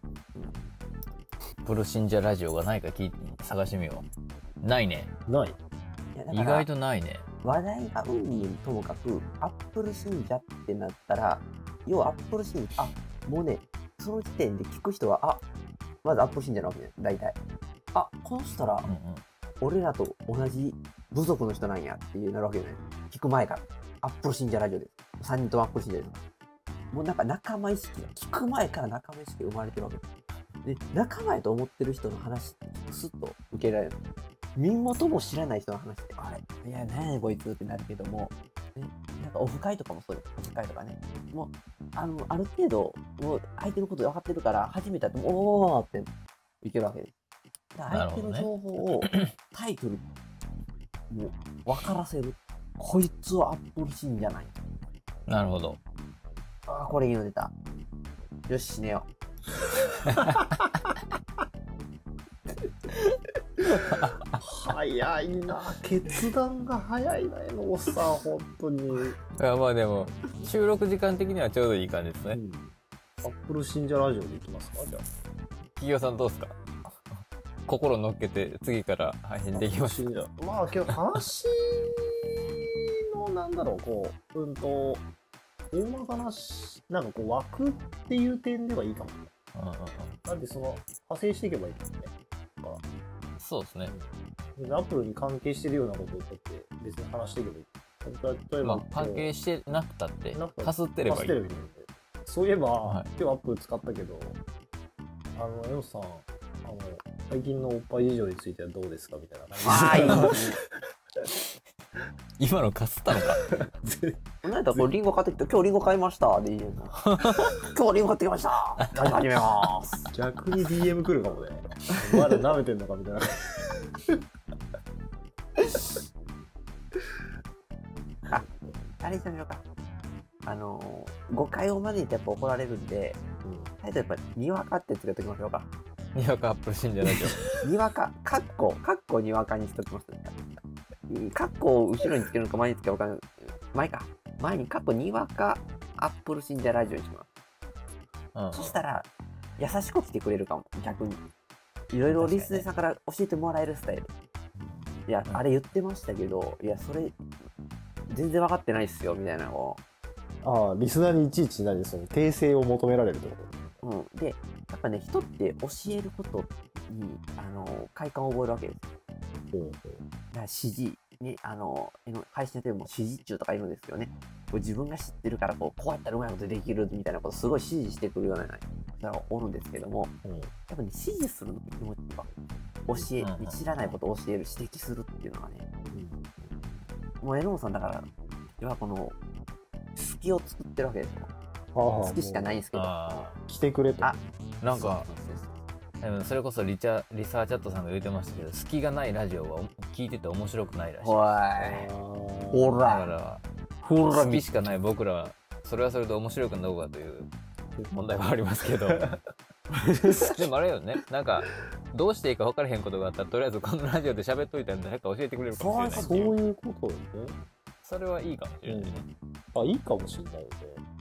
プロ信者ラジオがないか聞い探してみよう。ないね。 ない。 いやだから意外とないね。 話題がうんぬんともかく、アップル信者ってなったら、要はアップル信者、あ、もうね、その時点で聞く人は、あ、まずアップル信者なわけね、大体。あ、この人ら、 うんうん。 俺らと同じ部族の人なんやっていうなるわけよね。聞く前から。アップル信者ラジオです。さんにんともアップル信者です。もうなんか仲間意識が、聞く前から仲間意識が生まれてるわけで、仲間やと思ってる人の話ってスッと受け入れられる。身元も知らない人の話って、あれ、いや、何やねんこいつってなるけども、ね、なんかオフ会とかもそうです。オフ会とかね。もう、あの、ある程度、もう相手のこと分かってるから、初めてだと、おーっていけるわけです。だから相手の情報をタイトル、もう分からせる。こいつはアップル信者ない。 なるほど。 ああ、これいいの出た。よし、死ねよ。 早いな、決断が早いな、えのおっさん、本当に。 いやまあでも収録時間的にはちょうどいい感じですね。 うん、アップル信者ラジオでいきますか、じゃあ。 企業さんどうですか？心乗っけて次から配信できます。 信者。まあけど話のなんだろう、こう、うんと、大まかなし、なんかこう枠っていう点ではいいかもね。 うんうんうん。 なんでその派生していけばいいですね。 そうですね。 アップルに関係してるようなことをだって別に話していけばいい。例えば、 まあ関係してなくたってなくたってかすってればいい。 かすってればいいんで。そういえば、 はい今日アップル使ったけど、あの、エノさん、あの、最近のおっぱい事情についてはどうですかみたいな感じで。 今のかすったのか。 なんやったらこれリンゴ買ってきた。今日リンゴ買いましたでいいよな。今日リンゴ買ってきました。始めます。 逆に ディーエム 来るかもね。まだ舐めてんのかみたいな。 あ、あれにしましょうか。あのー、誤解を招いてやっぱ怒られるんで、タイトルやっぱにわかってつけときましょうか。 にわかアップル信者ラジオ。 にわか、かっこ、かっこにわかにしときます。かっこを後ろにつけるのか前につけるのかわかんない。前か。前にかっこにわかアップル信者ラジオにします。 うんうん、 そしたら、優しく来てくれるかも、逆に。いろいろリスナーさんから教えてもらえるスタイル。いや、あれ言ってましたけど、いや、それ、全然分かってないっすよ、みたいなのを。 ああ、リスナーにいちいち何その訂正を求められるってこうん。で、やっぱね、人って教えることに、あの、快感を覚えるわけですよ。 と？うん。 だから指示に、あの、配信やってるも指示中とかいるんですよね。こう自分が知ってるからこう、こうやったらうまいことできるみたいなことすごい指示してくるような人がおるんですけども、 うん、 やっぱね、指示するの気持ちは、教え、 うんうん、 知らないことを教える、指摘するっていうのがね、うん、もうエノモさんだから、要はこの、隙を作ってるわけですよ。好きしかないんですけど。 来てくれと。 あ、 なんか、それこそリチャリサーチャットさんが言ってましたけど、隙がないラジオは聞いてて面白くないらしい。 ほーい。ほら。 だから、ほら、隙しかない僕らは、それはそれで面白いかどうかという問題はありますけど。でもあれよね、なんか、どうしていいか分からへんことがあったら、とりあえずこのラジオで喋っといたら誰か教えてくれるかもしれない。 そういうことよね。 それはいいかもしれないね。 うん、あ、いいかもしれないよね。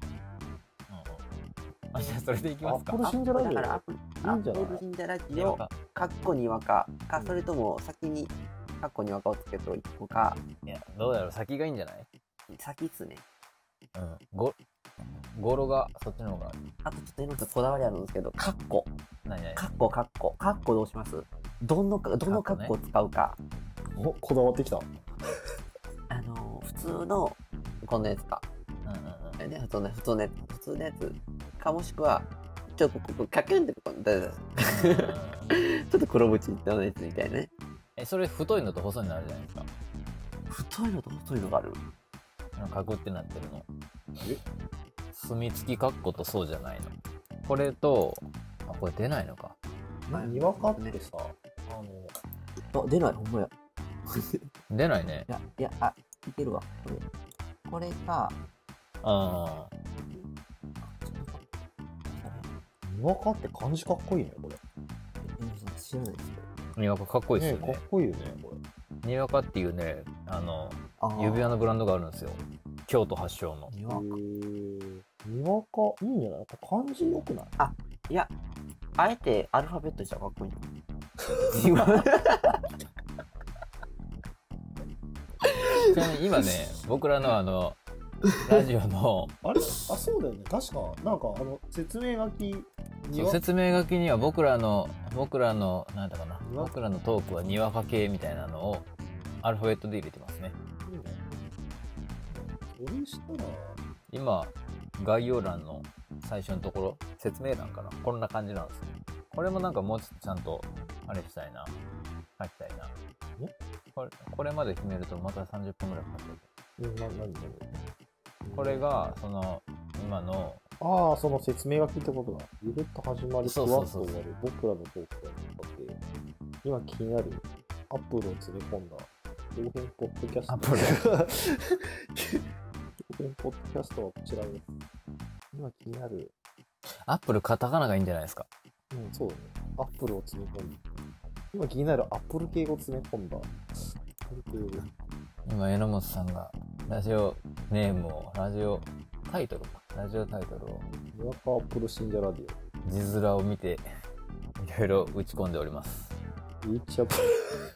あ、じゃあそれでいきますか。 アップル信者ラジオ。 だからアップル、アップル信者ラジオ、かっこにわかか、それとも先にかっこにわかをつけておくか。 いや、どうだろう、先がいいんじゃない？ 先っすね。 うん。ご、語呂がそっちの方が。 あとちょっと江野さんこだわりあるんですけど、かっこ。 何々。 かっこかっこ。かっこどうします？どのか、どのかっこを使うか。 お、こだわってきた。 あの、普通の、こんなやつか。 うんうんうん。 ね、普通の、普通のやつ、普通のやつ。かもしくは、ちょっとここ、カキュンってここ、だだちょっと黒縁のやつみたいなね。 え、それ太いのと細いのあるじゃないですか。 太いのと細いのがある。 カクってなってるの。え？墨付きカッコとそうじゃないの。これと、あ、これ出ないのか。 にわかってさ、あの、あ、出ない、ほんまや。 出ないね。 いや、いや、あ、いけるわ。これ。これが、 あにわかって漢字かっこいいね、これ。 知らないですよ。 あ、にわかかっこいいですよね。 ねかっこいいよね、こにわかっていうね、あの、 あー指輪のブランドがあるんですよ。京都発祥の。 にわか。 れ。にわか、いいんじゃない漢字良くない？ いや、あえてアルファベットじゃかっこいいの。 ちなみに今ね、僕らのあの、ラジオの、 あれあ、そうだよね。確か、なんか、あの、説明書きにそうは、 説明書きには僕らの、僕らの、なんだかな、 にわ僕らのトークはにわか系みたいなのを、アルファベットで入れてますね。 それしたら、 今、概要欄の最初のところ、説明欄かな。こんな感じなんですね。これもなんかもうちょっとちゃんと、あれしたいな。書きたいな。これこれまで決めるとまたさんじゅっぷんぐらいかかってる。 うん、な、なになにこれが、その、今の、 ああ、その説明書きってことだ。ゆるっと始まり、ふそうわそうそうっと終わる、僕らのトークがあって、今気になるアップルを詰め込んだ、後編ポッドキャスト。 アップル後編ポッドキャストはこちらです。今気になる、 アップルカタカナがいいんじゃないですか。 うん、そうだね。アップルを詰め込んだ。今気になるアップル系を詰め込んだ。アップル系を。 今、榎本さんが、ラジオネームを、ラジオタイトルか。ラジオタイトルを、 にわかアップル信者ラディ字面を見て、いろいろ打ち込んでおります。 オ。言っちゃった。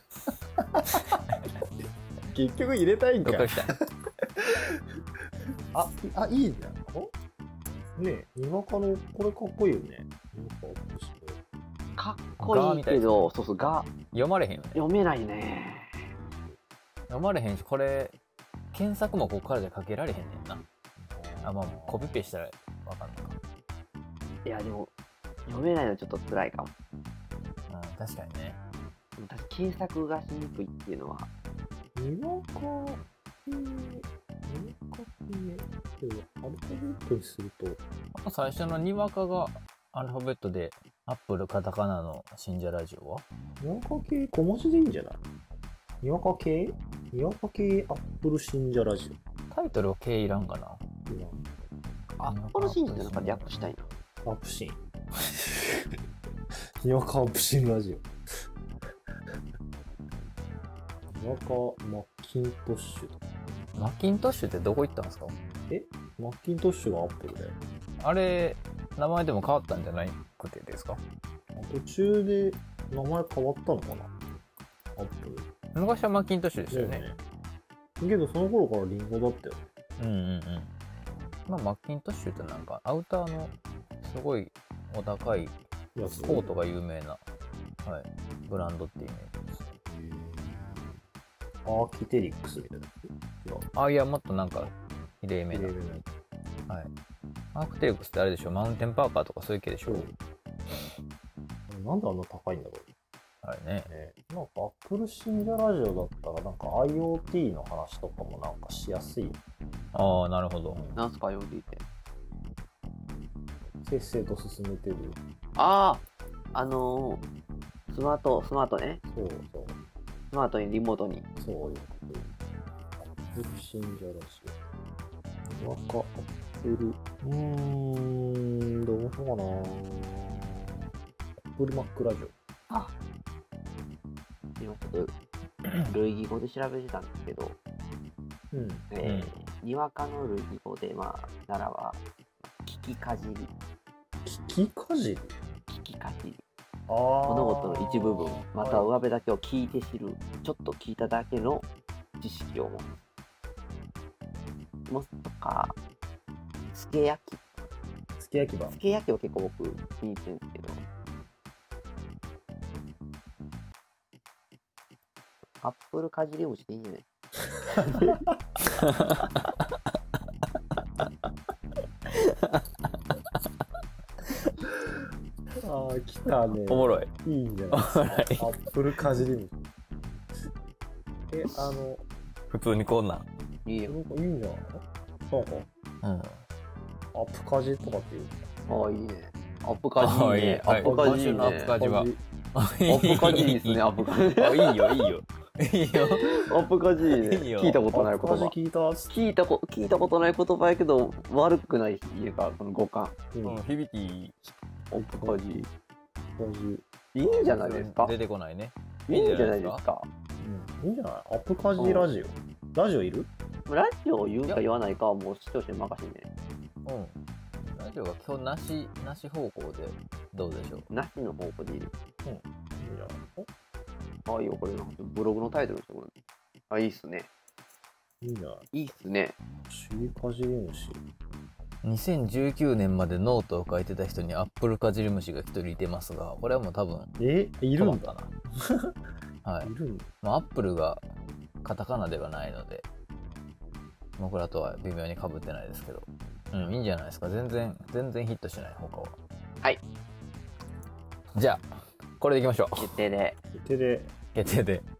結局入れたいんかいどっから。来たあ、いあ、いいじゃん。ねえ、にわかの、これかっこいいよね。にわかアップル信者。 かっこいいけど、そうそう、が読まれへんよね。 読めないね。 読まれへんし、これ、検索もここからじゃかけられへんねんな。あ、まあ、コピペしたらわかんないか。 いや、でも、読めないのちょっと辛いかも。 うん、確かにね。 でも確かに検索がしにくいっていうのは、 にわか系、にわか系、でもアルファベットにすると、 最初のにわかがアルファベットで、アップルカタカナの信者ラジオはにわか系小文字でいいんじゃない？にわか系にわか系アップル信者ラジタイトルは系いらんかな。 オ。いやあ、このシーンってなんか略したいな。 アップシン。にわかアップシンラジオ。にわかマッキントッシュとか。 マッキントッシュってどこ行ったんですか？ マッキントッシュがアップルで。 あれ、名前でも変わったんじゃないくてですか？ 途中で名前変わったのかなアップル。 昔はマッキントッシュでしたよね。 けどその頃からリンゴだったよね。 うんうんうん。まあ、マッキントッシュってなんか、アウターのすごいお高いやつコートが有名な、はい、ブランドっていうイメージです。 アーキテリックスみたいな。違う。 あ、いや、もっとなんか、綺麗めな。 綺麗めなやつ。 はい。アークテリックスってあれでしょ、マウンテンパーカーとかそういう系でしょ。 なんであんな高いんだろあれね。 うね。なんかアップル信者ラジオだったらなんか IoT の話とかもなんかしやすい。 ああ、なるほど。 なんすか、読んでいて。 せっせと進めてる。 ああ、あのー、スマート、スマートね。 そうそう。 スマートにリモートに。 そういうこと。アップル信者ラジオ。わか、アップル。うーん、どうしようかな。アップルマックラジオ。 あ今ちょっと類義語で調べてたんですけど、 うん。 えーにわかの類義語で、まあ、奈良は、聞きかじり、 聞きかじり聞きかじり。 あ物事の一部分、または上辺だけを聞いて知る、ちょっと聞いただけの知識を持つ。もしとか、すけ焼き。 すき焼き場。 すけ焼きを結構僕気に入ってるんですけど、アップルかじり餅でいいんじゃない？ ああ、来たね。 おもろい。 いいんじゃないですか。 おもろいアップルかじり虫。え、あの、 普通にこんなん。 いいよ。 なんかいいんじゃないのなんか、 うん。 アップかじとかっていう。 ああ、いいね。アップかじいいね。アはいップかじいいね。 今週のアップかじは。 アップかじいいですね、アップかじ。 あ、いいよ、いいよ。 いいよ。 アップカジーね。 いいよ聞いたことない言葉。 聞いた。 聞いたこ聞いたことない言葉やけど悪くないいうかこの語感。 うん。 うん、響き、 アップカジー。 うんいいんじゃないですか。 出てこないね。 いいんじゃないですか。 いいんじゃない？アップカジラジオ。ラジオいる？ ラジオを言うか言わないかはもう視聴者に任せてね。 うん。ラジオが基本なし、なし方向でどうでしょう。 なしの方向でいい。 いいんじゃない？ ああいいよ、これなんかブログのタイトルにしてこれ。あ、いいっすね。 いいんじゃない？ いいっすね。 シーカジリムシ。 にせんじゅうきゅうねんまでノートを書いてた人にアップルかじり虫が一人いてますが、これはもう多分、 え、いるんだ。 かな。はいい。るんだ。 まあ、アップルがカタカナではないので、僕らとは微妙に被ってないですけど、うん、いいんじゃないですか。全然、全然ヒットしない、他は。 はい。 じゃあ、これでいきましょう。 決定で。 手で。 決定で。